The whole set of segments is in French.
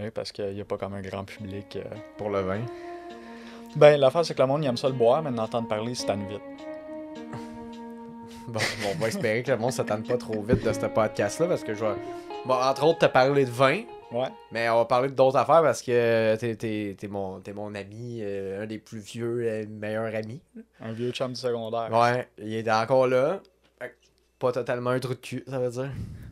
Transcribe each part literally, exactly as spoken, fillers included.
continuer parce qu'il n'y a pas comme un grand public. Euh... Pour le vin. Ben, l'affaire, c'est que le monde il aime ça le boire, mais d'entendre parler, c'est tanne vite. Bon, bon, on va espérer que le monde ne s'attende pas trop vite de ce podcast-là parce que je vais, bon, entre autres, te parler de vin. Ouais. Mais on va parler d'autres affaires parce que t'es, t'es, t'es, mon, t'es mon ami, euh, un des plus vieux, euh, meilleurs amis. Un vieux chum du secondaire. Ouais, il est encore là. Pas totalement un trou de cul, ça veut dire.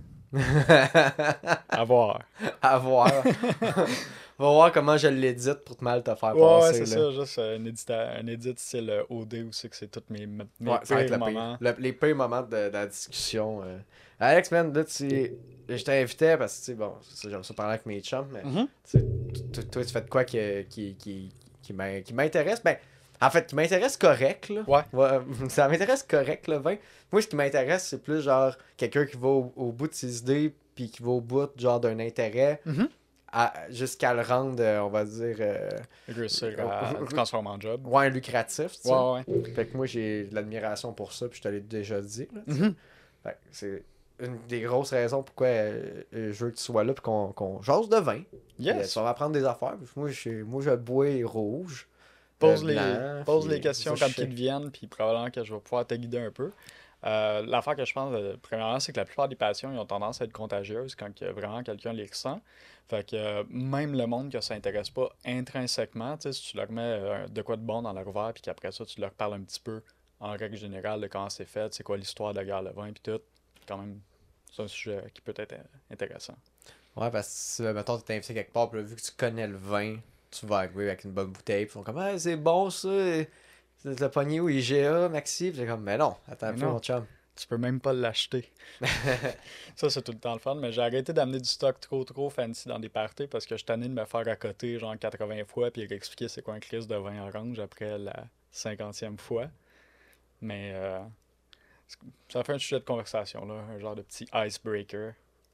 À voir. À voir. On va voir comment je l'édite pour te mal te faire ouais, passer. Ouais, c'est là. ça, juste un, édita, un edit style O D où c'est que c'est tous mes, mes ouais, ça va être pires le moments. Pire. Le, les pires moments de, de la discussion. Euh. Alex, man, là, tu... je t'invitais parce que, tu sais, bon, j'aime ça parler avec mes chums, mais mm-hmm. toi, tu fais de quoi qui, qui, qui, qui m'intéresse? Ben, en fait, qui m'intéresse correct, là. Ouais. ouais ça m'intéresse correct, le vin. Moi, ce qui m'intéresse, c'est plus genre quelqu'un qui va au, au bout de ses idées puis qui va au bout genre d'un intérêt mm-hmm. à, jusqu'à le rendre, on va dire... Euh, réussir à le transformer en job. Ouais, lucratif, tu sais. Ouais, ouais. Fait que moi, j'ai de l'admiration pour ça, puis je te l'ai déjà dit, là, mm-hmm. fait que c'est une des grosses raisons pourquoi euh, je veux que tu sois là puis qu'on, qu'on jase de vin. Yes. Tu vas m'apprendre des affaires. Moi, je, moi, je bois rouge. Pose, euh, les, blanc, pose puis, les questions ça, quand ils te viennent, puis probablement que je vais pouvoir te guider un peu. Euh, l'affaire que je pense, euh, premièrement, c'est que la plupart des passions ils ont tendance à être contagieuses quand que vraiment quelqu'un les ressent. Fait que euh, même le monde que ça intéresse pas intrinsèquement, tu sais, si tu leur mets euh, de quoi de bon dans leur verre, puis qu'après ça, tu leur parles un petit peu, en règle générale, de comment c'est fait, c'est quoi l'histoire de la guerre le vin, puis tout, quand même, c'est un sujet qui peut être intéressant. Ouais, parce que si, mettons, tu t'es invité quelque part, puis là, vu que tu connais le vin, tu vas arriver avec une bonne bouteille, puis ils font comme, ah, c'est bon ça, tu l'as pogné où I G A, Maxi, puis j'ai comme, mais non, attends un peu, mon chum. Tu peux même pas l'acheter. Ça, c'est tout le temps le fun, mais j'ai arrêté d'amener du stock trop, trop fancy dans des parties parce que je suis tanné de me faire à côté genre quatre-vingts fois puis expliquer c'est quoi un crise de vin orange après la cinquantième fois. Mais euh, ça fait un sujet de conversation, là, un genre de petit icebreaker.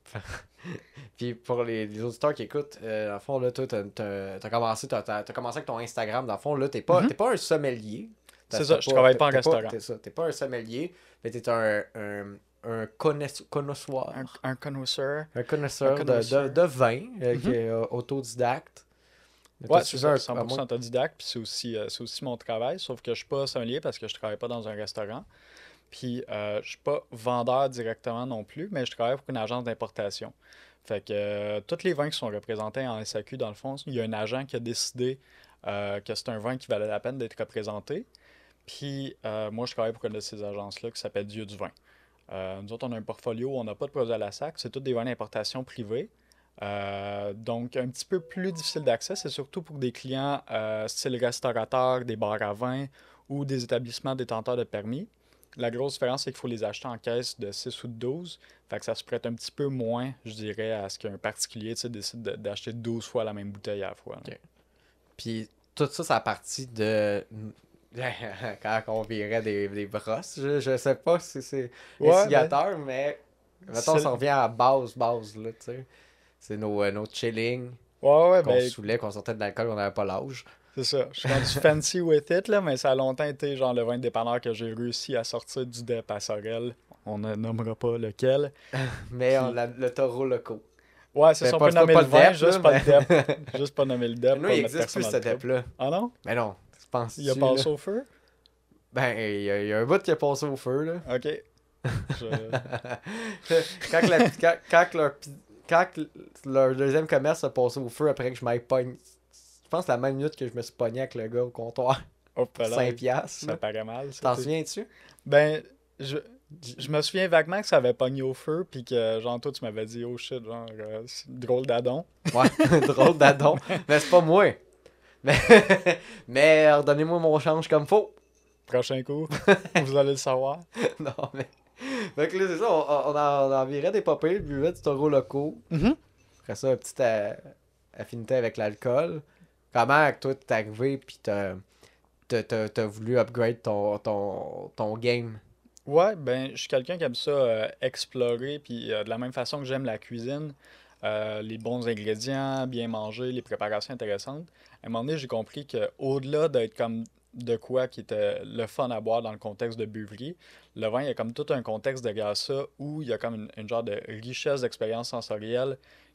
Puis pour les, les auditeurs qui écoutent, euh, dans le fond, là, toi, t'as, t'as, t'as, commencé, t'as, t'as commencé avec ton Instagram. Dans le fond, là, t'es pas, mm-hmm. t'es pas un sommelier. C'est ça, je travaille pas en t'es restaurant. Pas, t'es, ça, t'es pas un sommelier, mais t'es un, un, un connoisseur. Un, un connoisseur. Un connoisseur, un connoisseur. De, de, de vin, euh, mm-hmm. qui est euh, autodidacte. Ouais, c'est ça, cent pour cent autodidacte, puis c'est aussi, euh, c'est aussi mon travail, sauf que je suis pas sommelier parce que je travaille pas dans un restaurant. Puis euh, je suis pas vendeur directement non plus, mais je travaille pour une agence d'importation. Fait que euh, tous les vins qui sont représentés en S A Q, dans le fond, il y a un agent qui a décidé euh, que c'est un vin qui valait la peine d'être représenté. Puis euh, moi, je travaille pour une de ces agences-là qui s'appelle Dieu du vin. Euh, nous autres, on a un portfolio où on n'a pas de produits à la sac. C'est tous des vins d'importation privés. Euh, donc, un petit peu plus difficile d'accès. C'est surtout pour des clients euh, style restaurateur, des bars à vin ou des établissements détenteurs de permis. La grosse différence, c'est qu'il faut les acheter en caisse de six ou de douze. Fait que ça se prête un petit peu moins, je dirais, à ce qu'un particulier décide de, d'acheter douze fois la même bouteille à la fois. Okay. Puis tout ça, c'est à partir de... quand on virait des, des brosses. Je, je sais pas si c'est ouais, instigateur, ben... mais... Mettons, ça revient à la base, base, là, tu sais. C'est nos, euh, nos chilling. Ouais, ouais, qu'on ben... saoulait, qu'on sortait de l'alcool, on n'avait pas l'âge. C'est ça. Je suis rendu fancy with it, là, mais ça a longtemps été genre le vin de dépanneur que j'ai réussi à sortir du D E P à Sorel. On ne nommera pas lequel. mais Puis... on a le taureau loco. Ouais, c'est ça, on peut nommer le vin, juste pas le D E P. Juste pas nommer le D E P. Nous, il existe plus ce D E P-là. Ah non? Mais non, je pense. Il a passé au feu? Ben, il y, a, il y a un bout qui a passé au feu, là. OK. Je... quand, la, quand, quand, leur, quand leur deuxième commerce a passé au feu après que je m'aille pogné... Je pense la même minute que je me suis pogné avec le gars au comptoir. Oh, cinq piastres. Ça paraît mal. T'en souviens-tu? Ben, je, je me souviens vaguement que ça avait pogné au feu, puis que, genre, toi, tu m'avais dit, oh shit, genre, euh, drôle d'adon. Ouais, drôle d'adon. Mais c'est pas moi. Mais, mais redonnez-moi mon change comme faut. Prochain coup, vous allez le savoir. Non, mais. Fait que là, c'est ça, on, on, en, on en virait des papiers, puis buvait du taureau locaux. Mm-hmm. Après ça, une petite euh, affinité avec l'alcool. Comment, toi, t'es arrivé, puis t'as, t'as, t'as, t'as voulu upgrade ton, ton, ton game? Ouais, ben, je suis quelqu'un qui aime ça euh, explorer, puis euh, de la même façon que j'aime la cuisine, euh, les bons ingrédients, bien manger, les préparations intéressantes. À un moment donné, j'ai compris qu'au-delà d'être comme de quoi qui était le fun à boire dans le contexte de buvrerie, le vin, il y a comme tout un contexte derrière ça où il y a comme une, une genre de richesse d'expérience sensorielle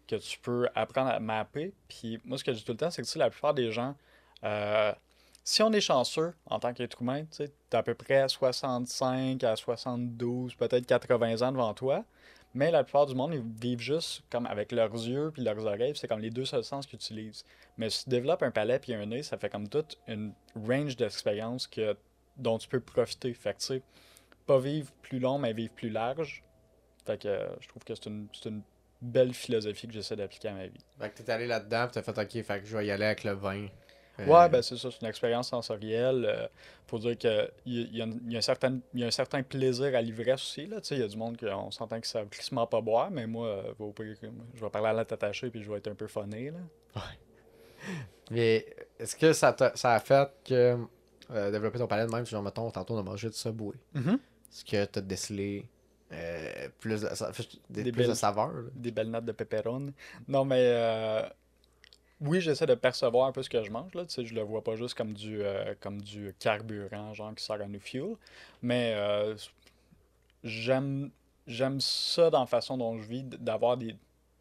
que tu peux apprendre à mapper. Puis moi, ce que je dis tout le temps, c'est que tu sais, la plupart des gens, euh, si on est chanceux en tant qu'être humain, tu sais, t'as à peu près soixante-cinq à soixante-douze, peut-être quatre-vingts ans devant toi. Mais la plupart du monde, ils vivent juste comme avec leurs yeux puis leurs oreilles. C'est comme les deux seuls sens qu'ils utilisent. Mais si tu développes un palais puis un nez, ça fait comme toute une range d'expérience que, dont tu peux profiter. Fait que tu sais, pas vivre plus long, mais vivre plus large. Fait que euh, je trouve que c'est une, c'est une belle philosophie que j'essaie d'appliquer à ma vie. Fait que t'es allé là-dedans, pis t'as fait OK, fait que je vais y aller avec le vin. Euh... Ouais, ben c'est ça, c'est une expérience sensorielle. Euh, faut dire qu'il y, y, a y, a un certain, y a un certain plaisir à l'ivresse aussi. Il y a du monde qu'on s'entend que ça ne crissement pas boire, mais moi, euh, au pire, je vais parler à la tête attachée puis je vais être un peu funné. Là. Ouais. Mais est-ce que ça, ça a fait que euh, développer ton palais de même, genre, mettons, tantôt on a mangé du Subway. Mm-hmm. Est-ce que t'as décelé euh, plus, de, des, des plus belles, de saveur? Là? Des belles notes de pepperoni. Non, mais euh, oui, j'essaie de percevoir un peu ce que je mange. Là. Tu sais, je le vois pas juste comme du, euh, comme du carburant, genre qui sert à nous fuel. Mais euh, j'aime, j'aime ça dans la façon dont je vis, d'avoir des,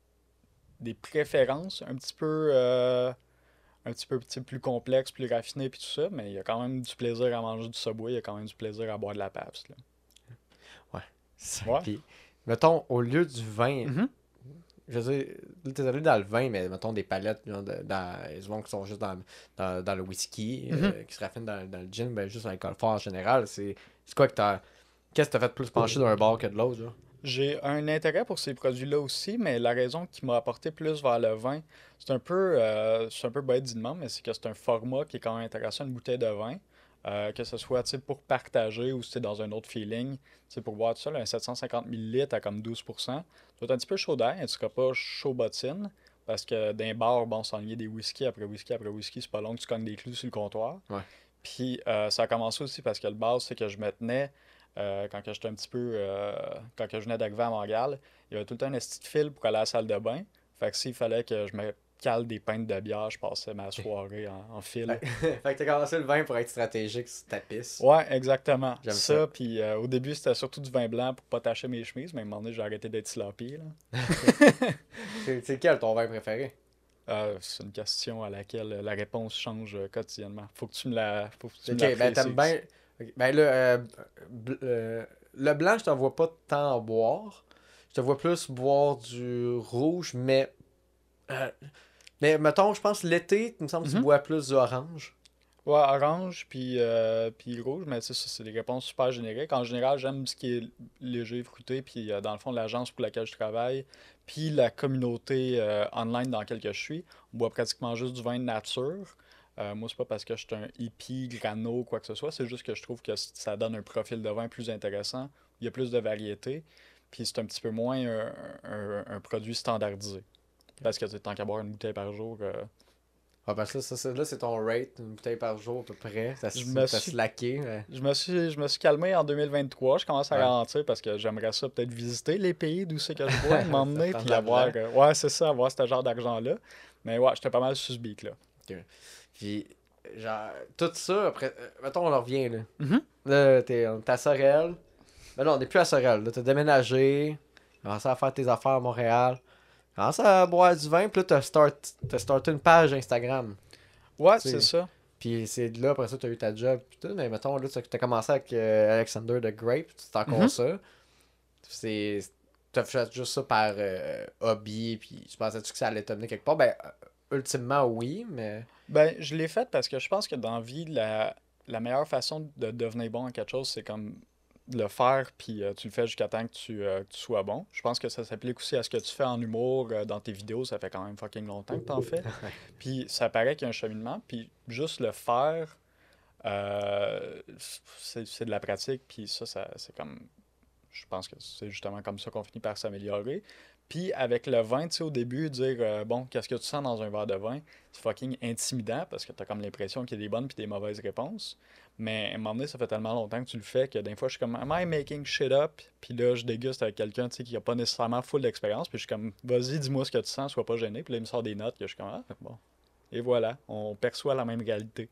des préférences un petit peu... Euh, un petit peu petit, plus complexe, plus raffiné puis tout ça, mais il y a quand même du plaisir à manger du Subway, il y a quand même du plaisir à boire de la Pabst. Là. Ouais. Ça, ouais. Puis, mettons, au lieu du vin, mm-hmm. je veux dire, t'es allé dans le vin, mais mettons des palettes, genre, de, dans, ils vont qui sont juste dans, dans, dans le whisky, mm-hmm. euh, qui se raffinent dans, dans le gin, ben juste dans l'alcool fort en général. C'est, c'est quoi que t'as. Qu'est-ce que t'as fait plus pencher d'un bar que de l'autre, genre? J'ai un intérêt pour ces produits-là aussi, mais la raison qui m'a apporté plus vers le vin, c'est un peu, euh, c'est un peu bête dit de même, mais c'est que c'est un format qui est quand même intéressant, une bouteille de vin, euh, que ce soit pour partager ou c'est dans un autre feeling. Pour boire tout ça, là, un sept cent cinquante millilitres à comme douze pour cent, tu vas être un petit peu chaud d'air, tu ne seras pas chaud bottine, parce que d'un bar, bon, s'enligner des whisky après whisky après whisky, c'est pas long que tu cognes des clous sur le comptoir. Ouais. Puis euh, ça a commencé aussi parce que le base, c'est que je me tenais. Euh, quand que j'étais un petit peu. Euh, quand que je venais d'arriver à Montréal, il y avait tout le temps un esti de fil pour aller à la salle de bain. Fait que s'il fallait que je me cale des pintes de bière, je passais ma soirée en, en fil. Fait que t'as commencé le vin pour être stratégique sur ta piste. Ouais, exactement. J'aime ça. ça. Puis euh, au début, c'était surtout du vin blanc pour pas tacher mes chemises, mais à un moment donné, j'ai arrêté d'être sloppy. Là. c'est, c'est quel ton vin préféré? Euh, c'est une question à laquelle la réponse change quotidiennement. Faut que tu me la. Faut que tu me Ok, la ben t'aimes bien. Ben là, euh, bl- euh, le blanc, je te vois pas tant boire. Je te vois plus boire du rouge, mais. Euh, mais mettons, je pense l'été, il me semble que mm-hmm. tu bois plus d'orange. Ouais, orange puis, euh, puis rouge, mais tu sais, ça, c'est des réponses super génériques. En général, j'aime ce qui est léger, fruité, puis euh, dans le fond, l'agence pour laquelle je travaille, puis la communauté euh, online dans laquelle je suis, on boit pratiquement juste du vin de nature. Euh, moi, c'est pas parce que je suis un hippie, grano ou quoi que ce soit, c'est juste que je trouve que ça donne un profil de vin plus intéressant, il y a plus de variété, puis c'est un petit peu moins un, un, un produit standardisé. Parce que tant qu'à boire une bouteille par jour... Euh, Ah, parce que là, ça, ça, là, c'est ton rate, une bouteille par jour à peu près. Ça je me suis... suis... slacké. Mais... Je, me suis... je me suis calmé en deux mille vingt-trois. Je commence à ouais. ralentir parce que j'aimerais ça peut-être visiter les pays d'où c'est que je bois, m'emmener puis avoir. Euh... Ouais, c'est ça, avoir ce genre d'argent-là. Mais ouais, j'étais pas mal sur ce beat-là. Okay. Puis, genre, tout ça, après. Euh, mettons, on en revient, là. Mm-hmm. Là, t'es, t'es à Sorel. Ben non, on n'est plus à Sorel. Là, t'as déménagé. T'as commencé à faire tes affaires à Montréal. T'as commencé à boire du vin. Puis là, t'as, start... t'as starté une page Instagram. Ouais, t'sais. C'est ça. Puis c'est de là, après ça, t'as eu ta job. Pis tout, mais mettons, là, t'as commencé avec euh, Alexander the Grape. C'est encore mm-hmm. ça. C'est... T'as fait juste ça par euh, hobby. Puis tu pensais-tu que ça allait t'amener quelque part? Ben, euh, ultimement, oui, mais... Ben, je l'ai fait parce que je pense que dans la vie, la, la meilleure façon de devenir bon en quelque chose, c'est comme de le faire, puis euh, tu le fais jusqu'à temps que tu, euh, que tu sois bon. Je pense que ça s'applique aussi à ce que tu fais en humour, euh, dans tes vidéos, ça fait quand même fucking longtemps que t'en fais. Puis ça paraît qu'il y a un cheminement, puis juste le faire, euh, c'est, c'est de la pratique, puis ça, ça, c'est comme... Je pense que c'est justement comme ça qu'on finit par s'améliorer. Puis avec le vin, tu sais, au début, dire euh, bon, qu'est-ce que tu sens dans un verre de vin, c'est fucking intimidant parce que t'as comme l'impression qu'il y a des bonnes puis des mauvaises réponses. Mais à un moment donné, ça fait tellement longtemps que tu le fais que des fois, je suis comme, am I making shit up? Puis là, je déguste avec quelqu'un, tu sais, qui n'a pas nécessairement full d'expérience. Puis je suis comme, vas-y, dis-moi ce que tu sens, sois pas gêné. Puis là, il me sort des notes que je suis comme, ah, bon. Et voilà, on perçoit la même réalité.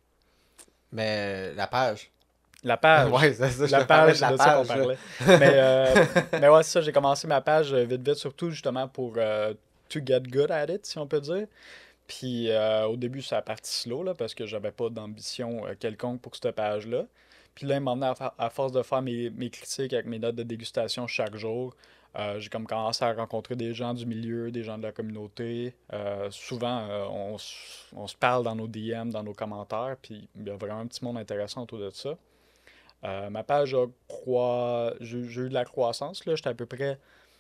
Mais la page. La page. Ouais, c'est ça, je la page, de la de page, ça qu'on parlait. mais, euh, mais ouais, c'est ça, j'ai commencé ma page vite vite, surtout justement pour euh, to get good at it, si on peut dire. Puis euh, au début, ça a parti slow, là, parce que j'avais pas d'ambition euh, quelconque pour cette page-là. Puis là, il m'a emmené à, fa- à force de faire mes, mes critiques avec mes notes de dégustation chaque jour. Euh, j'ai comme commencé à rencontrer des gens du milieu, des gens de la communauté. Euh, souvent, euh, on, s- on se parle dans nos D M, dans nos commentaires, puis il y a vraiment un petit monde intéressant autour de ça. Euh, ma page a croi... j'ai j'ai eu de la croissance, là. J'étais à peu près...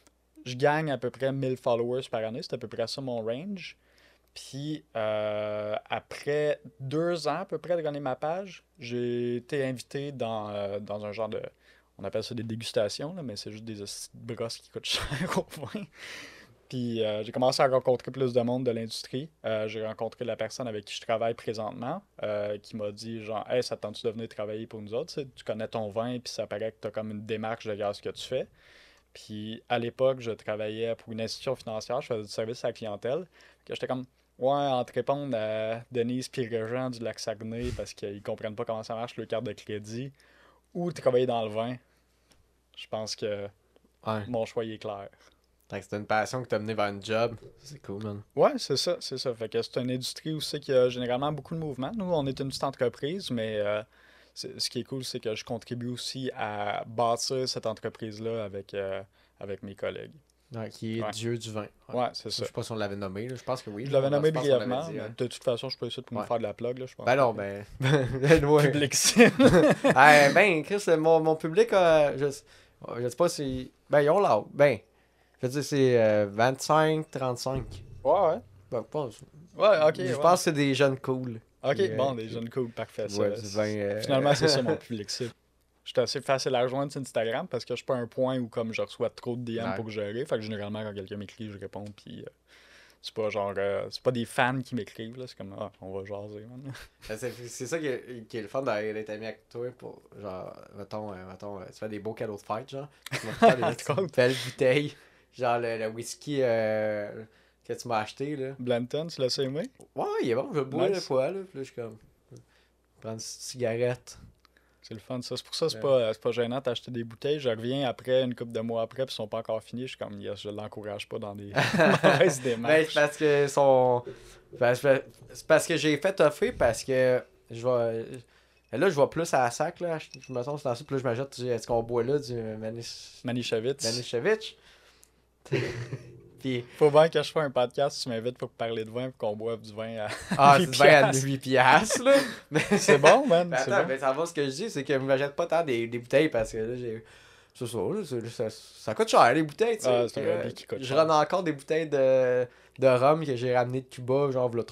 Je gagne à peu près mille followers par année. C'est à peu près ça mon range. Puis euh, après deux ans à peu près de gagner ma page, j'ai été invité dans, euh, dans un genre de... On appelle ça des dégustations, là, mais c'est juste des hosties de brosses qui coûtent cher au vin. Puis euh, j'ai commencé à rencontrer plus de monde de l'industrie. Euh, j'ai rencontré la personne avec qui je travaille présentement, euh, qui m'a dit genre, hey, ça te tente-tu de venir travailler pour nous autres? Tu sais, tu connais ton vin, puis ça paraît que tu as comme une démarche de gars ce que tu fais. Puis à l'époque, je travaillais pour une institution financière, je faisais du service à la clientèle. Que j'étais comme, ouais, en te répondre à Denise Pirigeant du Lac Saguenay parce qu'ils comprennent pas comment ça marche le carte de crédit, ou travailler dans le vin, je pense que Ouais. mon choix il est clair. Fait que c'était une passion qui t'a mené vers une job. C'est cool, man. Ouais, c'est ça, c'est ça. Fait que c'est une industrie aussi qui a généralement beaucoup de mouvements. Nous, on est une petite entreprise, mais euh, c'est- ce qui est cool, c'est que je contribue aussi à bâtir cette entreprise-là avec, euh, avec mes collègues. Ouais, qui est Ouais, Dieu du vin. Ouais. ouais c'est Je ça. sais pas si on l'avait nommé, là. Je pense que oui. Je Là. l'avais On- nommé je pense qu'on l'avait brièvement, dit, mais ouais. de toute façon, je suis pas ici pour me Ouais. faire de la plug, là, je pense. Ben non, ben. ben, ouais. Public sim. Eh, ben, Chris, mon, mon public, a, je, je sais pas si. Ben, ils ont l'âge. Ben, je veux dire, c'est euh, vingt-cinq trente-cinq. Ouais, ouais. Ben, pas, Ouais, ok. je ouais. pense que c'est des jeunes cool. Ok, qui, euh, bon, des qui- jeunes cool, parfait. qui Ça, boivent du c'est- vin, euh, Finalement, c'est ça mon public cible. Je suis assez facile à rejoindre sur Instagram parce que je suis pas à un point où comme je reçois trop de D M Ouais. pour gérer. Fait que généralement, quand quelqu'un m'écrit, je réponds. Puis euh, c'est pas genre. euh, c'est pas des fans qui m'écrivent. là C'est comme, ah, on va jaser. man. Ben, C'est c'est ça qui est, qui est le fun d'être ami avec toi pour, genre, mettons, euh, mettons euh, tu fais des beaux cadeaux de fête, genre. Tu m'as fait des Entre petites belles bouteilles, genre le, le whisky euh, que tu m'as acheté, là. Blanton, tu l'as aimé? Ouais, il est bon, je le bois Nice. des fois, là. Puis là, je suis comme, prendre une petite cigarette. C'est le fun, ça. C'est pour ça que c'est Ouais. pas, c'est pas gênant d'acheter des bouteilles. Je reviens après, une couple de mois après, puis ils sont pas encore finis. Je suis comme, yes, je l'encourage pas dans des mauvaises Ben, démarches. c'est parce que son. parce que- C'est parce que j'ai fait toffer parce que je vais. Là, je vois plus à la sac, là. Je je me sens c'est dans ça, puis là, je m'achète, du- est-ce qu'on boit là du Manish... Manischewitz. Manischewitz? Puis, Faut bien que je fasse un podcast, tu m'invites pour parler de vin, pour qu'on boive du vin à ah, huit c'est bien à piastres. huit piastres, là. Mais... C'est bon, man. Mais c'est attends, bon. mais ça va, ce que je dis, c'est que je m'achète pas tant des, des bouteilles parce que là, j'ai. C'est ça, là, c'est- ça, ça coûte cher, les bouteilles, tu sais. Ah, c'est un Puis, hobby qui coûte je cher. rends encore des bouteilles de, de rhum que j'ai ramené de Cuba, genre, il y a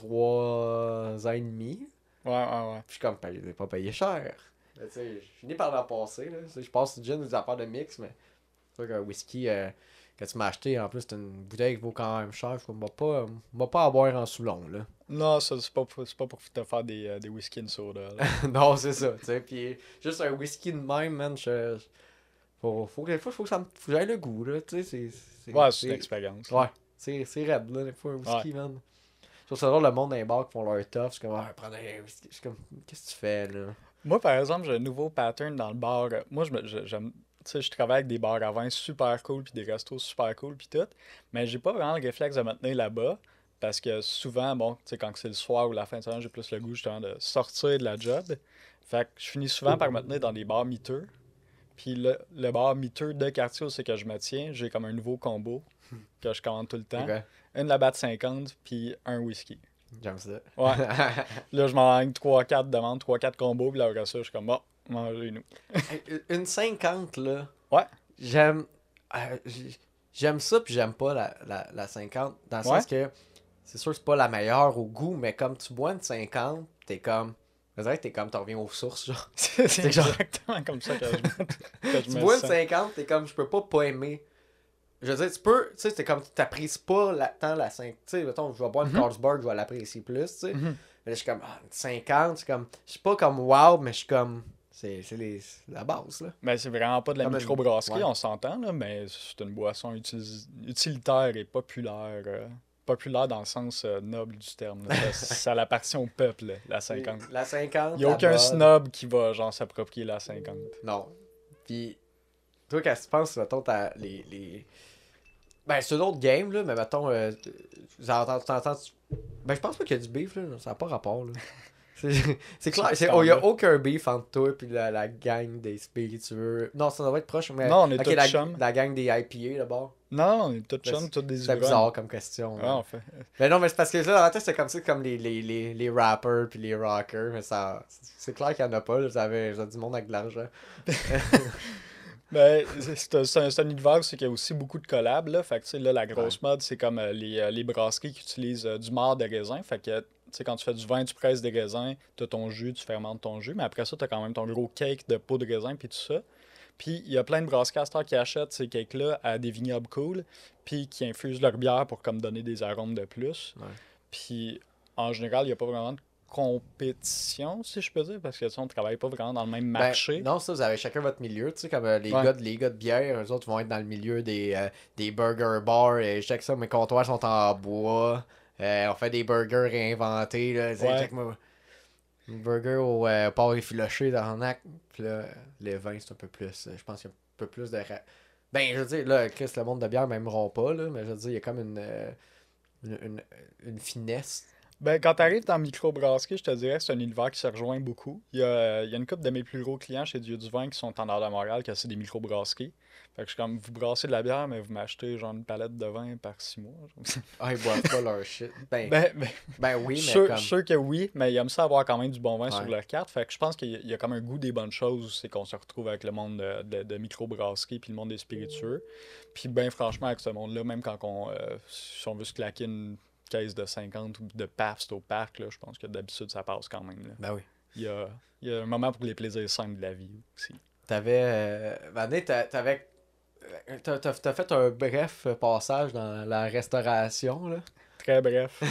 trois ans et demi. Ouais, ouais, ouais. Puis je suis comme, ben, je l'ai pas payé cher. Mais tu sais, je finis par l'en passer, là. Tu sais, je passe du gin ou des affaires de mix, mais c'est sûr qu'un whisky euh, que tu m'as acheté, en plus, c'est une bouteille qui vaut quand même cher. Je ne vais pas, va pas en boire en Soulon, là. Non, ça, c'est pas, pour- c'est pas pour te faire des, euh, des whisky and soda. là. Non, c'est ça, tu sais. Puis juste un whisky de même, man, je... Faut, faut, que- faut, faut que ça me... faut que j'aille le goût, là, tu sais. c'est- c'est- Ouais, c'est une expérience. Ouais, c'est c'est raide, là, des fois, un whisky, man. Je trouve ça drôle, le monde dans les bars qui font leur tough. C'est comme, ah, prends un whisky. Je suis comme, qu'est-ce que tu fais, là? Moi, par exemple, j'ai un nouveau pattern dans le bar. Moi, je me- je- j'aime. Tu sais, je travaille avec des bars à vin super cool, puis des restos super cool, puis tout. Mais j'ai pas vraiment le réflexe de me tenir là-bas. Parce que souvent, bon, tu sais, quand c'est le soir ou la fin de semaine, j'ai plus le goût justement de sortir de la job. Fait que je finis souvent par me tenir dans des bars miteux. Puis le, le bar miteux de quartier où c'est que je me tiens, j'ai comme un nouveau combo que je commande tout le temps. Ok. Une Labatt cinquante, puis un whisky. J'aime ça. Ouais. Là, je m'en gagne trois quatre demandes, trois quatre combos, puis là, après ça, je suis comme, bon, mangez-nous. Hey, Une cinquante, là. Ouais. J'aime. euh, j- j'aime ça, puis j'aime pas la, la, la cinquante. Dans le Ouais. sens que c'est sûr que c'est pas la meilleure au goût, mais comme tu bois une cinquante, t'es comme. Je dirais que t'es comme, t'en reviens aux sources, genre. C'est C'est genre- exactement comme ça que je, me- que je Tu me bois une sens. cinquante, t'es comme, je peux pas pas aimer. Je veux dire, tu peux, tu sais, c'est comme, tu t'apprécies pas la, tant la cinquante. Tu sais, mettons, je vais boire une Mhm. Carlsberg, je vais l'apprécier plus, tu sais. Mhm. Mais là, je suis comme, ah, une cinquante, c'est comme, je suis pas comme wow, mais je suis comme, c'est c'est les- c'est la base, là. Mais c'est vraiment pas de la Comme une- microbrasserie, ouais. on s'entend, là, mais c'est une boisson utilis- utilitaire et populaire. euh, populaire dans le sens euh, noble du terme. là. Ça, ça appartient au peuple, là, la cinquante. La cinquante. Il n'y a la aucun bonne. snob qui va genre s'approprier la cinquante. Non. Puis, toi, qu'est-ce que tu penses, mettons, t'as les, les... Ben, c'est une autre game, là, mais mettons, euh, t'entends, ben, je pense pas qu'il y a du beef, là, ça n'a pas rapport, là. C'est, c'est clair, il n'y a aucun beef entre toi et la, la gang des spiritueux. Non, ça doit être proche, mais... Non, on est okay, tous la, chums. La gang des I P A, d'abord. Non, on est tous chums, tous des C'est bizarre comme question. Ah, en fait. Mais non, mais c'est parce que là, dans la tête, c'est comme ça, comme les, les, les, les rappers puis les rockers, mais ça... C'est clair qu'il n'y en a pas, là, vous avez, vous avez du monde avec de l'argent. Ben, c'est, c'est, un, c'est un univers où il y a aussi beaucoup de collabs, là. Fait que, tu sais, là, la grosse ouais. mode, c'est comme euh, les, euh, les brasseries qui utilisent euh, du marc de raisin. Fait que, tu sais, quand tu fais du vin, tu presses des raisins, tu as ton jus, tu fermentes ton jus, mais après ça, tu as quand même ton gros cake de peau de raisin, puis tout ça. Puis, il y a plein de brasseries qui achètent ces cakes-là à des vignobles cool, puis qui infusent leur bière pour comme donner des arômes de plus. Ouais. Puis, en général, il n'y a pas vraiment de compétition, si je peux dire, parce que tu sais, on ne travaille pas vraiment dans le même marché. Ben, non, ça, vous avez chacun votre milieu, tu sais, comme euh, les, ouais. gars de, les gars de bière, eux autres vont être dans le milieu des, euh, des burger bars, et je sais que ça, mes comptoirs sont en bois, euh, on fait des burgers réinventés, là, tu sais, check moi, un burger au euh, porc effiloché dans un acte, puis là, les vins, c'est un peu plus, je pense qu'il y a un peu plus de... Ra... Ben, je veux dire, là, Chris, le monde de bière m'aimeront pas, là, mais je veux dire, il y a comme une, euh, une, une, une finesse. Ben, quand tu arrives dans microbrasserie, je te dirais que c'est un univers qui se rejoint beaucoup. Il y a, il y a une couple de mes plus gros clients chez Dieu du Vin qui sont en nord de Montréal, qui c'est des microbrasseries. Fait que je suis comme, vous brassez de la bière, mais vous m'achetez genre une palette de vin par six mois. Ah, ils boivent pas leur shit. Ben, ben, ben, ben oui, mais sûr, comme... Je suis sûr que oui, mais ils aiment ça avoir quand même du bon vin ouais. sur leur carte. Fait que je pense qu'il y a, il y a comme un goût des bonnes choses, c'est qu'on se retrouve avec le monde de, de, de microbrasserie puis le monde des spiritueux. Puis ben franchement, avec ce monde-là, même quand on, euh, si on veut se claquer une caisse de cinquante ou de Pabst au parc, là, je pense que d'habitude, ça passe quand même. Là. Ben oui. Il y a, il y a un moment pour les plaisirs simples de la vie aussi. T'avais... Euh, Vané, t'avais... T'as, t'as, t'as fait un bref passage dans la restauration, là. Très bref.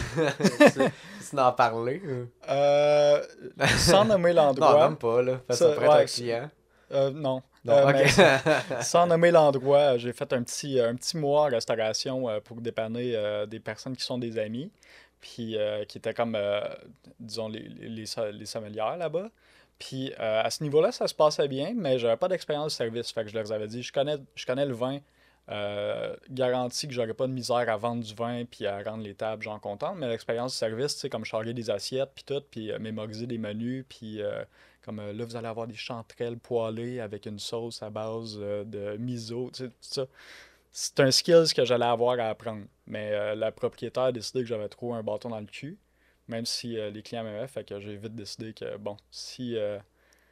tu n'en parler? Euh, sans nommer l'endroit. Non, même pas, là. Fais ça, ça prête ouais, un client. Euh, non. non euh, okay. mais, sans nommer l'endroit, j'ai fait un petit, un petit mois en restauration euh, pour dépanner euh, des personnes qui sont des amis, puis euh, qui étaient comme, euh, disons, les, les, les, les sommelières là-bas. Puis euh, à ce niveau-là, ça se passait bien, mais j'avais pas d'expérience de service. Fait que je leur avais dit, je connais, je connais le vin, euh, garantie que j'aurais pas de misère à vendre du vin puis à rendre les tables genre contentes, mais l'expérience de service, tu sais, comme charger des assiettes puis tout, puis euh, mémoriser des menus, puis euh, comme euh, là, vous allez avoir des chanterelles poêlées avec une sauce à base euh, de miso, tu sais, tout ça. C'est un skill que j'allais avoir à apprendre. Mais euh, la propriétaire a décidé que j'avais trop un bâton dans le cul. Même si euh, les clients m'aimaient, fait que j'ai vite décidé que, bon, si, euh,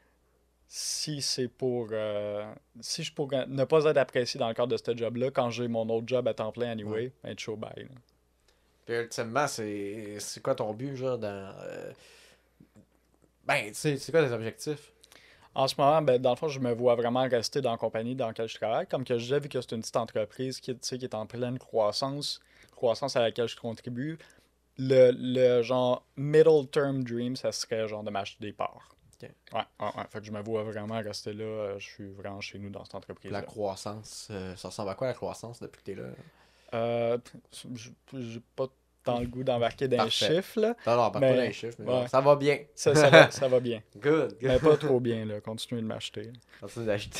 si c'est pour... Euh, si je pourrais ne pas être apprécié dans le cadre de ce job-là, quand j'ai mon autre job à temps plein anyway, ouais. ben, chaud bye. Là. Puis ultimement, c'est, c'est quoi ton but, genre, dans... Euh... Ben, tu sais, c'est quoi tes objectifs? En ce moment, ben, dans le fond, je me vois vraiment rester dans la compagnie dans laquelle je travaille. Comme que je disais, vu que c'est une petite entreprise qui, qui est en pleine croissance, croissance à laquelle je contribue, Le, le genre middle term dream, ça serait genre de m'acheter des parts. Okay. Ouais, ouais, ouais. Fait que je me vois vraiment rester là. Euh, je suis vraiment chez nous dans cette entreprise. La croissance, euh, ça ressemble à quoi la croissance depuis que t'es là? Euh, j'ai pas tant le goût d'embarquer dans les chiffres. Là, non, non, embarque mais, pas dans les chiffres, mais ouais. non, ça va bien. Ça, ça, va, ça va bien. Good, good. Mais pas trop bien, là. Continuez de m'acheter. Continuez d'acheter.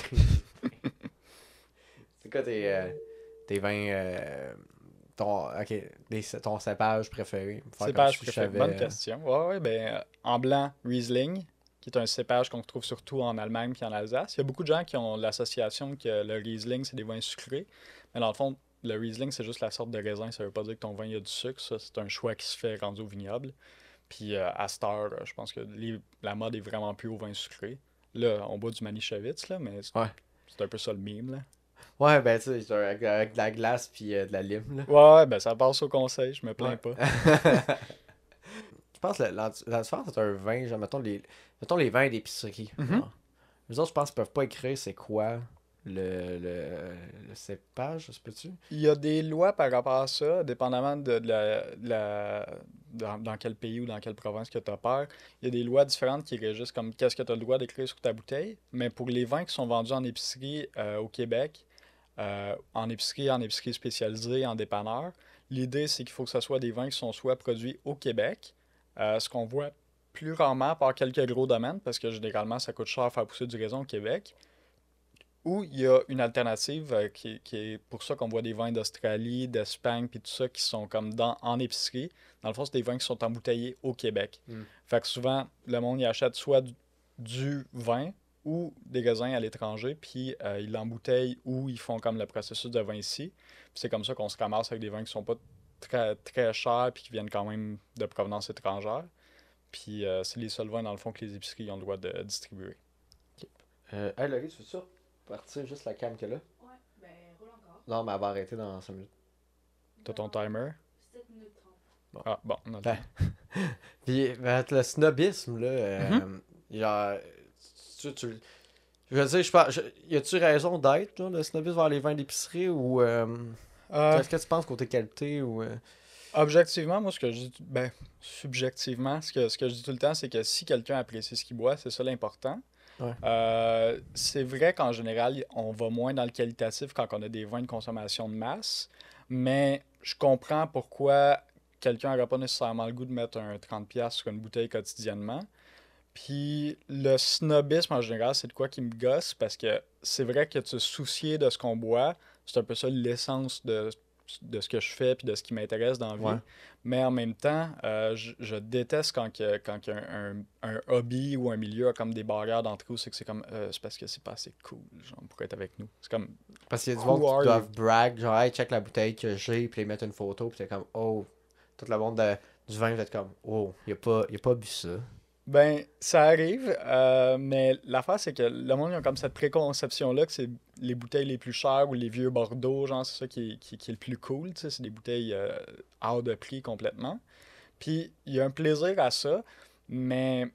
C'est quoi tes, euh, tes vins... Euh... Ton, ok, des, ton cépage préféré. Cépage préféré, bonne question. Ouais, ouais, ben, euh, en blanc, Riesling, qui est un cépage qu'on trouve surtout en Allemagne puis en Alsace. Il y a beaucoup de gens qui ont l'association que le Riesling, c'est des vins sucrés. Mais dans le fond, le Riesling, c'est juste la sorte de raisin. Ça veut pas dire que ton vin, il y a du sucre. Ça, c'est un choix qui se fait rendu au vignoble. Puis euh, à cette heure, je pense que les, la mode est vraiment plus au vin sucré. Là, on boit du Manischewitz, là, mais c'est, ouais. c'est un peu ça le mime, là. Ouais, ben tu sais, avec, avec de la glace puis euh, de la lime. Là. Ouais, ben ça passe au conseil, je me plains ouais. pas. Je pense que la, la, la différence entre un vin, genre, mettons les, mettons les vins d'épicerie. Mm-hmm. Les autres, je pense, peuvent pas écrire c'est quoi le, le, le cépage, ça se peut-tu? Il y a des lois par rapport à ça, dépendamment de, de la, de la dans, dans quel pays ou dans quelle province que tu opères. Il y a des lois différentes qui régissent comme qu'est-ce que tu as le droit d'écrire sur ta bouteille. Mais pour les vins qui sont vendus en épicerie euh, au Québec, Euh, en épicerie, en épicerie spécialisée, en dépanneur. L'idée, c'est qu'il faut que ce soit des vins qui sont soit produits au Québec, euh, ce qu'on voit plus rarement par quelques gros domaines, parce que généralement, ça coûte cher faire pousser du raisin au Québec, ou il y a une alternative euh, qui, qui est pour ça qu'on voit des vins d'Australie, d'Espagne, puis tout ça qui sont comme dans, en épicerie. Dans le fond, c'est des vins qui sont embouteillés au Québec. Mm. Fait que souvent, le monde y achète soit du, du vin ou des raisins à l'étranger, puis euh, ils l'embouteillent ou ils font comme le processus de vin ici. Puis c'est comme ça qu'on se ramasse avec des vins qui sont pas très, très chers puis qui viennent quand même de provenance étrangère. Puis euh, c'est les seuls vins, dans le fond, que les épiceries ont le droit de distribuer. Ok. Euh, hey, Laurie, tu veux ça? Partir juste la cam que là? Ouais, ben roule encore. Non, mais elle va arrêter dans cinq minutes. T'as ton timer? sept minutes trente. Bon. Ah, bon, on a le Ben. temps. Puis, ben, le snobisme, là, euh, Mhm. genre, tu, tu, je veux dire, je pense, je- y a-tu raison d'être, là, le snobisme vers les vins d'épicerie, ou euh, Euh, est-ce que tu penses côté qualité, ou... euh, Objectivement, moi, ce que je dis, ben, subjectivement, ce que, ce que je dis tout le temps, c'est que si quelqu'un apprécie ce qu'il boit, c'est ça l'important. Ouais. Euh, c'est vrai qu'en général, on va moins dans le qualitatif quand on a des vins de consommation de masse, mais je comprends pourquoi quelqu'un n'aurait pas nécessairement le goût de mettre un trente dollars sur une bouteille quotidiennement. Puis le snobisme en général, c'est de quoi qui me gosse parce que c'est vrai que te soucier de ce qu'on boit, c'est un peu ça l'essence de, de ce que je fais puis de ce qui m'intéresse dans la vie. Ouais. Mais en même temps, euh, je, je déteste quand, que, quand que un, un, un hobby ou un milieu a comme des barrières d'entrée où c'est que c'est comme euh, c'est parce que c'est pas assez cool, genre, pour être avec nous. C'est comme Parce qu'il y a du Who monde are qui doivent you? brag, genre, hey, check la bouteille que j'ai, puis ils mettent une photo, puis t'es comme, oh, tout le monde de- du vin va être comme, oh, il a pas, il a pas bu ça. Ben, ça arrive, euh, mais l'affaire, c'est que le monde, ils ont comme cette préconception-là que c'est les bouteilles les plus chères ou les vieux Bordeaux, genre, c'est ça qui est, qui, qui est le plus cool, tu sais, c'est des bouteilles euh, hors de prix complètement. Puis, il y a un plaisir à ça, mais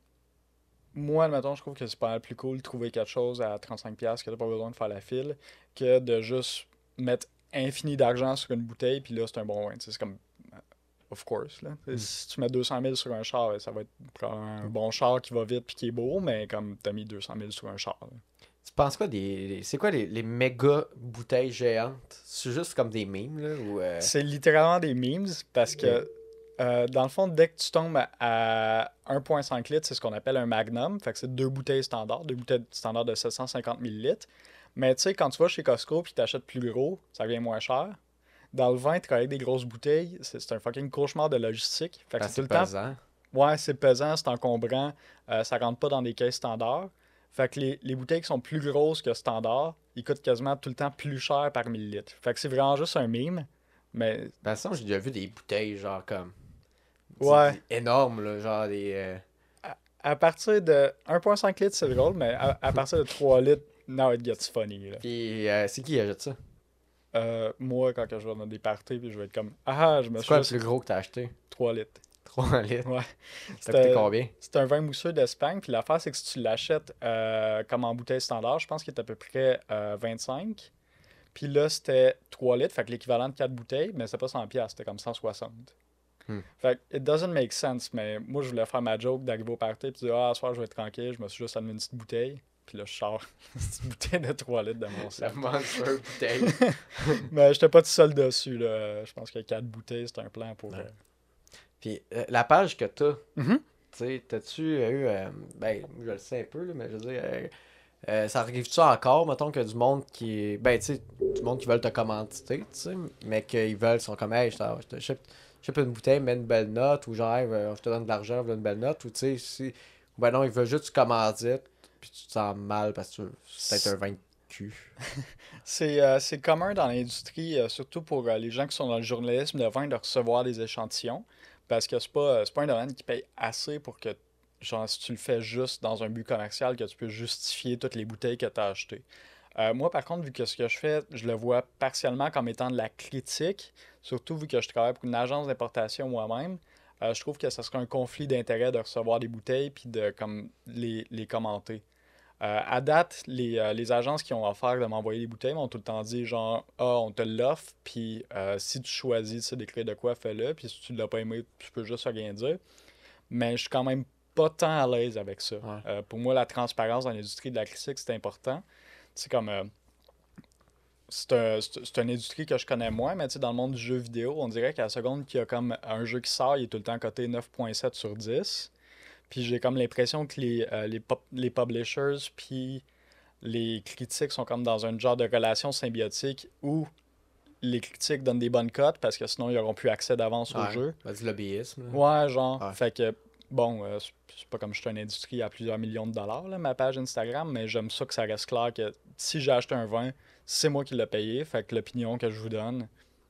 moi, admettons, je trouve que c'est pas mal plus cool de trouver quelque chose à trente-cinq dollars que t'as pas besoin de faire la file, que de juste mettre infini d'argent sur une bouteille, puis là, c'est un bon vin, tu sais, c'est comme of course. Là. Mm. Si tu mets deux cent mille sur un char, ça va être un bon char qui va vite puis qui est beau, mais comme tu as mis deux cent mille sur un char. Là. Tu penses quoi des. des- C'est quoi les, les méga bouteilles géantes? C'est juste comme des mimes, là? Ou, euh, C'est littéralement des memes parce que, euh, dans le fond, dès que tu tombes à un virgule cinq litres, c'est ce qu'on appelle un magnum. Fait que c'est deux bouteilles standards, deux bouteilles standards de sept cent cinquante millilitres. Mais tu sais, quand tu vas chez Costco et tu achètes plus gros, ça vient moins cher. Dans le vin, travailler avec des grosses bouteilles, c'est c'est un fucking cauchemar de logistique. Fait que parce c'est que tout le temps. pesant. Ouais, c'est pesant, c'est encombrant, euh, ça rentre pas dans des caisses standards. Fait que les, les bouteilles qui sont plus grosses que standard, ils coûtent quasiment tout le temps plus cher par millilitre. Fait que c'est vraiment juste un meme, mais Ben, ça, j'ai déjà vu des bouteilles, genre, comme. des- ouais, des énormes, là, genre des. euh, à, à partir de un virgule cinq litres, c'est drôle, mais à, à partir de trois litres, now it gets funny. Là. Puis, euh, c'est qui qui achète ça? Euh, moi, quand que je vais dans des parties, puis je vais être comme ah, je me C'est suis quoi le juste plus gros que t'as acheté? trois litres. trois litres. Ouais. Ça t'a coûté C'était combien? c'est un vin mousseux d'Espagne. Puis l'affaire, c'est que si tu l'achètes euh, comme en bouteille standard, je pense qu'il est à peu près euh, vingt-cinq. Puis là, c'était trois litres, fait que l'équivalent de quatre bouteilles, mais c'était pas cent piastres, c'était comme cent soixante. Hmm. Fait que it doesn't make sense, mais moi, je voulais faire ma joke d'arriver au party puis de dire ah, ce soir, je vais être tranquille, je me suis juste amené une petite bouteille. Puis là, je sors une petite bouteille de trois litres de mon La sac. monster bouteille. Mais j'étais pas tout seul dessus, là. Je pense que quatre bouteilles, c'est un plan pour. Ouais. euh, Puis, euh, la page que t'as, Mhm. tu sais, t'as-tu eu. euh, ben, je le sais un peu, là, mais je veux dire. euh, euh, ça arrive-tu encore, mettons, que du monde qui est. Ben, tu sais, du monde qui veulent te commanditer, tu sais, mais qu'ils veulent, ils sont comme, hey, je te je te ship, ship une bouteille, mets une belle note, ou genre, hey, euh, je te donne de l'argent, je veux une belle note, ou tu sais, si. Ou ben non, ils veulent juste commander, puis tu te sens mal parce que c'est peut-être un vin de cul. C'est euh, c'est commun dans l'industrie, euh, surtout pour euh, les gens qui sont dans le journalisme de vin, de recevoir des échantillons. Parce que c'est pas, euh, c'est pas un domaine qui paye assez pour que, genre, si tu le fais juste dans un but commercial, que tu peux justifier toutes les bouteilles que tu as achetées. Euh, moi, par contre, vu que ce que je fais, je le vois partiellement comme étant de la critique, surtout vu que je travaille pour une agence d'importation moi-même, euh, je trouve que ça serait un conflit d'intérêt de recevoir des bouteilles puis de comme, les, les commenter. Euh, à date, les, euh, les agences qui ont offert de m'envoyer des bouteilles m'ont tout le temps dit genre ah, on te l'offre, puis euh, si tu choisis tu sais, d'écrire de quoi, fais-le, puis si tu l'as pas aimé, tu peux juste rien dire. Mais je suis quand même pas tant à l'aise avec ça. Ouais. Euh, pour moi, la transparence dans l'industrie de la critique, c'est important. C'est comme. euh, c'est un- c'est c'est une industrie que je connais moins, mais tu sais, dans le monde du jeu vidéo, on dirait qu'à la seconde qu'il y a comme un jeu qui sort, il est tout le temps coté neuf virgule sept sur dix. Puis j'ai comme l'impression que les, euh, les, pub- les publishers, puis les critiques sont comme dans un genre de relation symbiotique où les critiques donnent des bonnes cotes parce que sinon, ils n'auront plus accès d'avance ouais. au jeu. Ben, du lobbyisme. Là. Ouais, genre. Ouais. Fait que, bon, euh, c'est pas comme je suis une industrie à plusieurs millions de dollars, là, ma page Instagram, mais j'aime ça que ça reste clair que si j'ai acheté un vin, c'est moi qui l'ai payé. Fait que l'opinion que je vous donne,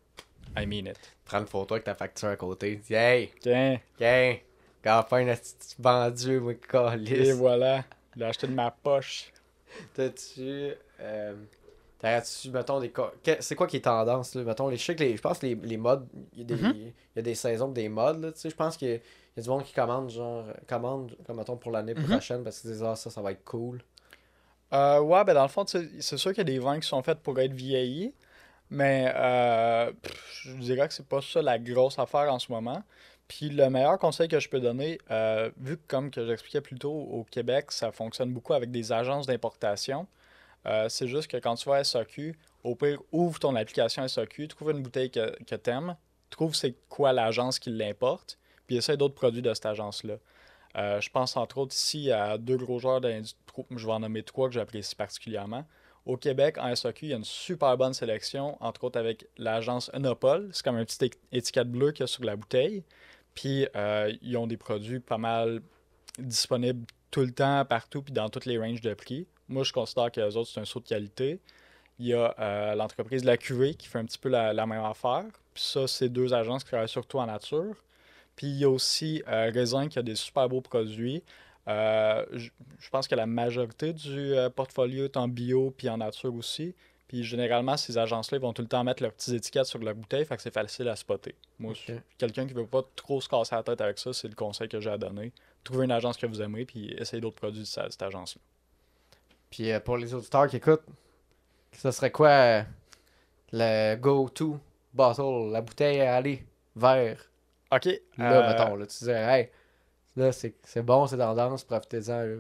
I mean it. Prends une photo avec ta facture à côté. Dis, hey, Tiens. tiens, enfin, un petit vendu, moi, calice. Et voilà. Je l'ai acheté de ma poche. T'as-tu. Euh, T'as-tu, mettons, des. co- que- C'est quoi qui est tendance, là? Mettons, les, je sais que les, je pense que les, les modes. Il y, a des- Mhm. il y a des saisons de des modes, là, tu sais. Je pense qu'il y, a- il y a du monde qui commande, genre. Commande, comme mettons, pour l'année Mhm. prochaine parce qu'ils disent, ah, ça, ça va être cool. Euh, ouais, ben dans le fond, tu sais, c'est sûr qu'il y a des vins qui sont faits pour être vieillis, mais euh, pff, je dirais que c'est pas ça la grosse affaire en ce moment. Puis le meilleur conseil que je peux donner, euh, vu que comme que j'expliquais plus tôt, au Québec, ça fonctionne beaucoup avec des agences d'importation, euh, c'est juste que quand tu vas à S A Q, au pire, ouvre ton application S A Q, trouve une bouteille que, que t'aimes, trouve c'est quoi l'agence qui l'importe, puis essaie d'autres produits de cette agence-là. Euh, je pense entre autres ici à deux gros joueurs de l'industrie, je vais en nommer trois que j'apprécie particulièrement. Au Québec, en S A Q, il y a une super bonne sélection, entre autres avec l'agence Enopol. C'est comme un petit é- étiquette bleue qu'il y a sur la bouteille. Puis, euh, ils ont des produits pas mal disponibles tout le temps, partout, puis dans toutes les ranges de prix. Moi, je considère que les autres, c'est un saut de qualité. Il y a euh, l'entreprise La Cuvée qui fait un petit peu la, la même affaire. Puis ça, c'est deux agences qui travaillent surtout en nature. Puis il y a aussi euh, Raisin qui a des super beaux produits. Euh, je je pense que la majorité du euh, portfolio est en bio puis en nature aussi. Puis généralement, ces agences-là ils vont tout le temps mettre leurs petites étiquettes sur leur bouteille, fait que c'est facile à spotter. Moi, Ok. je- quelqu'un qui veut pas trop se casser la tête avec ça, c'est le conseil que j'ai à donner. Trouvez une agence que vous aimez, puis essayez d'autres produits de cette, cette agence-là. Puis euh, pour les auditeurs qui écoutent, ça serait quoi euh, le go-to bottle, la bouteille à aller vers OK. là, euh, mettons, là, tu disais, hey, là, c'est c'est bon, c'est tendance, profitez-en. euh,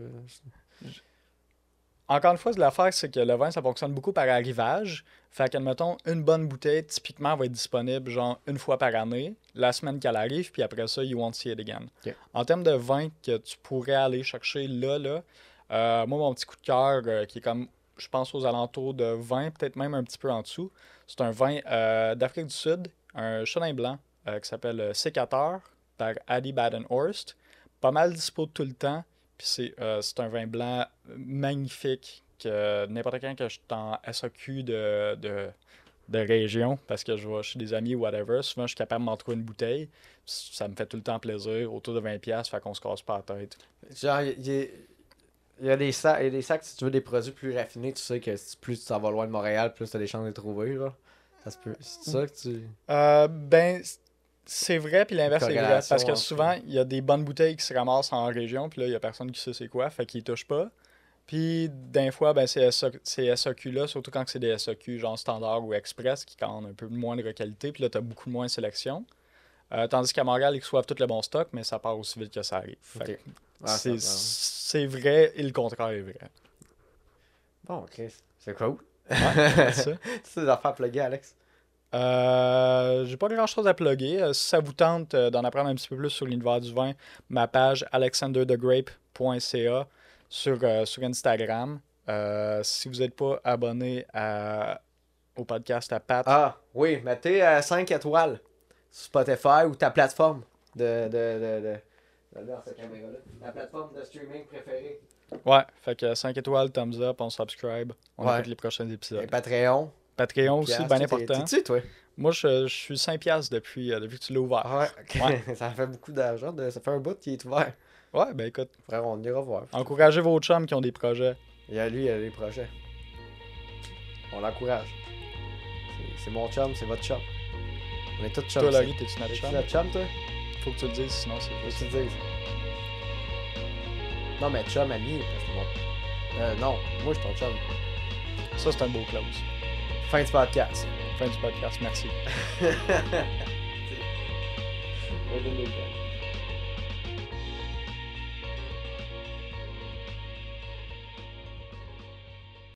Encore une fois, l'affaire, c'est que le vin, ça fonctionne beaucoup par arrivage. Fait qu'admettons, une bonne bouteille, typiquement, va être disponible genre une fois par année, la semaine qu'elle arrive, puis après ça, you won't see it again. Ok. En termes de vin que tu pourrais aller chercher là, là, euh, moi, mon petit coup de cœur, euh, qui est comme, je pense, aux alentours de vingt, peut-être même un petit peu en dessous, c'est un vin euh, d'Afrique du Sud, un chenin blanc, euh, qui s'appelle euh, Sécateur, par Adi Badenhorst. Pas mal dispo tout le temps. Puis c'est euh, c'est un vin blanc magnifique que n'importe quand que je suis en S A Q de, de, de région, parce que je vais chez des amis ou whatever, souvent je suis capable de m'en trouver une bouteille. Ça me fait tout le temps plaisir, autour de vingt dollars, fait qu'on se casse pas la tête. Genre, il y, a- il y a des sacs, il y a des sacs, si tu veux des produits plus raffinés, tu sais que si plus tu t'en vas loin de Montréal, plus tu as des chances de les trouver, là. Ça se peut. C'est ça que tu. Euh, ben, c'est vrai, puis l'inverse c'est vrai. Corrélation Parce que entre- souvent, il y a des bonnes bouteilles qui se ramassent en région, puis là, il y a personne qui sait c'est quoi, fait qu'ils y touchent pas. Puis, d'un fois, ben, ces S A Q ces S A Q-là, surtout quand c'est des S A Q genre standard ou express, qui commandent un peu moindre qualité, puis là, tu as beaucoup moins de sélection. Euh, tandis qu'à Montréal, ils reçoivent tout le bon stock, mais ça part aussi vite que ça arrive. Fait Ok. que Ah, ça c'est va. c'est vrai et le contraire est vrai. Bon, ok. C'est cool. Ouais, c'est ça. C'est des affaires pluguées, Alex. Euh, j'ai pas grand chose à plugger. Euh, si ça vous tente euh, d'en apprendre un petit peu plus sur l'univers du vin, ma page alexander the grape point c a sur, euh, sur Instagram. Euh, si vous n'êtes pas abonné à- au podcast à Pat, Ah, oui, mettez euh, cinq étoiles sur Spotify ou ta plateforme de. de, de, de... Dans cette caméra-là. La plateforme de streaming préférée. ouais, fait que cinq étoiles, thumbs up, on subscribe, on Ouais. écoute les prochains Et épisodes. Patreon. Patreon aussi, Piastres, bien t'es- important. T'es-tu, toi? Moi, je, je suis cinq piastres depuis, euh, depuis que tu l'as ouvert. Ah ouais, ok. Ouais. Ça fait beaucoup d'argent. de- Ça fait un bout qui est ouvert. Ouais, ben écoute, Frère, on ira voir. encouragez vos chums qui ont des projets. Il y a lui, il y a les projets. On l'encourage. C'est- C'est mon chum, c'est votre chum. On est tous chums. Toi, ici. Laurie, t'es-tu notre T'es-tu chum? notre chum, toi? Faut que tu le dises, sinon c'est Faut que juste. tu le dises. Non, mais chum, ami, parce que mon... Euh, non, moi, je suis ton chum. Ça, c'est un beau close. Fin du podcast. Fin du podcast, merci. C'est-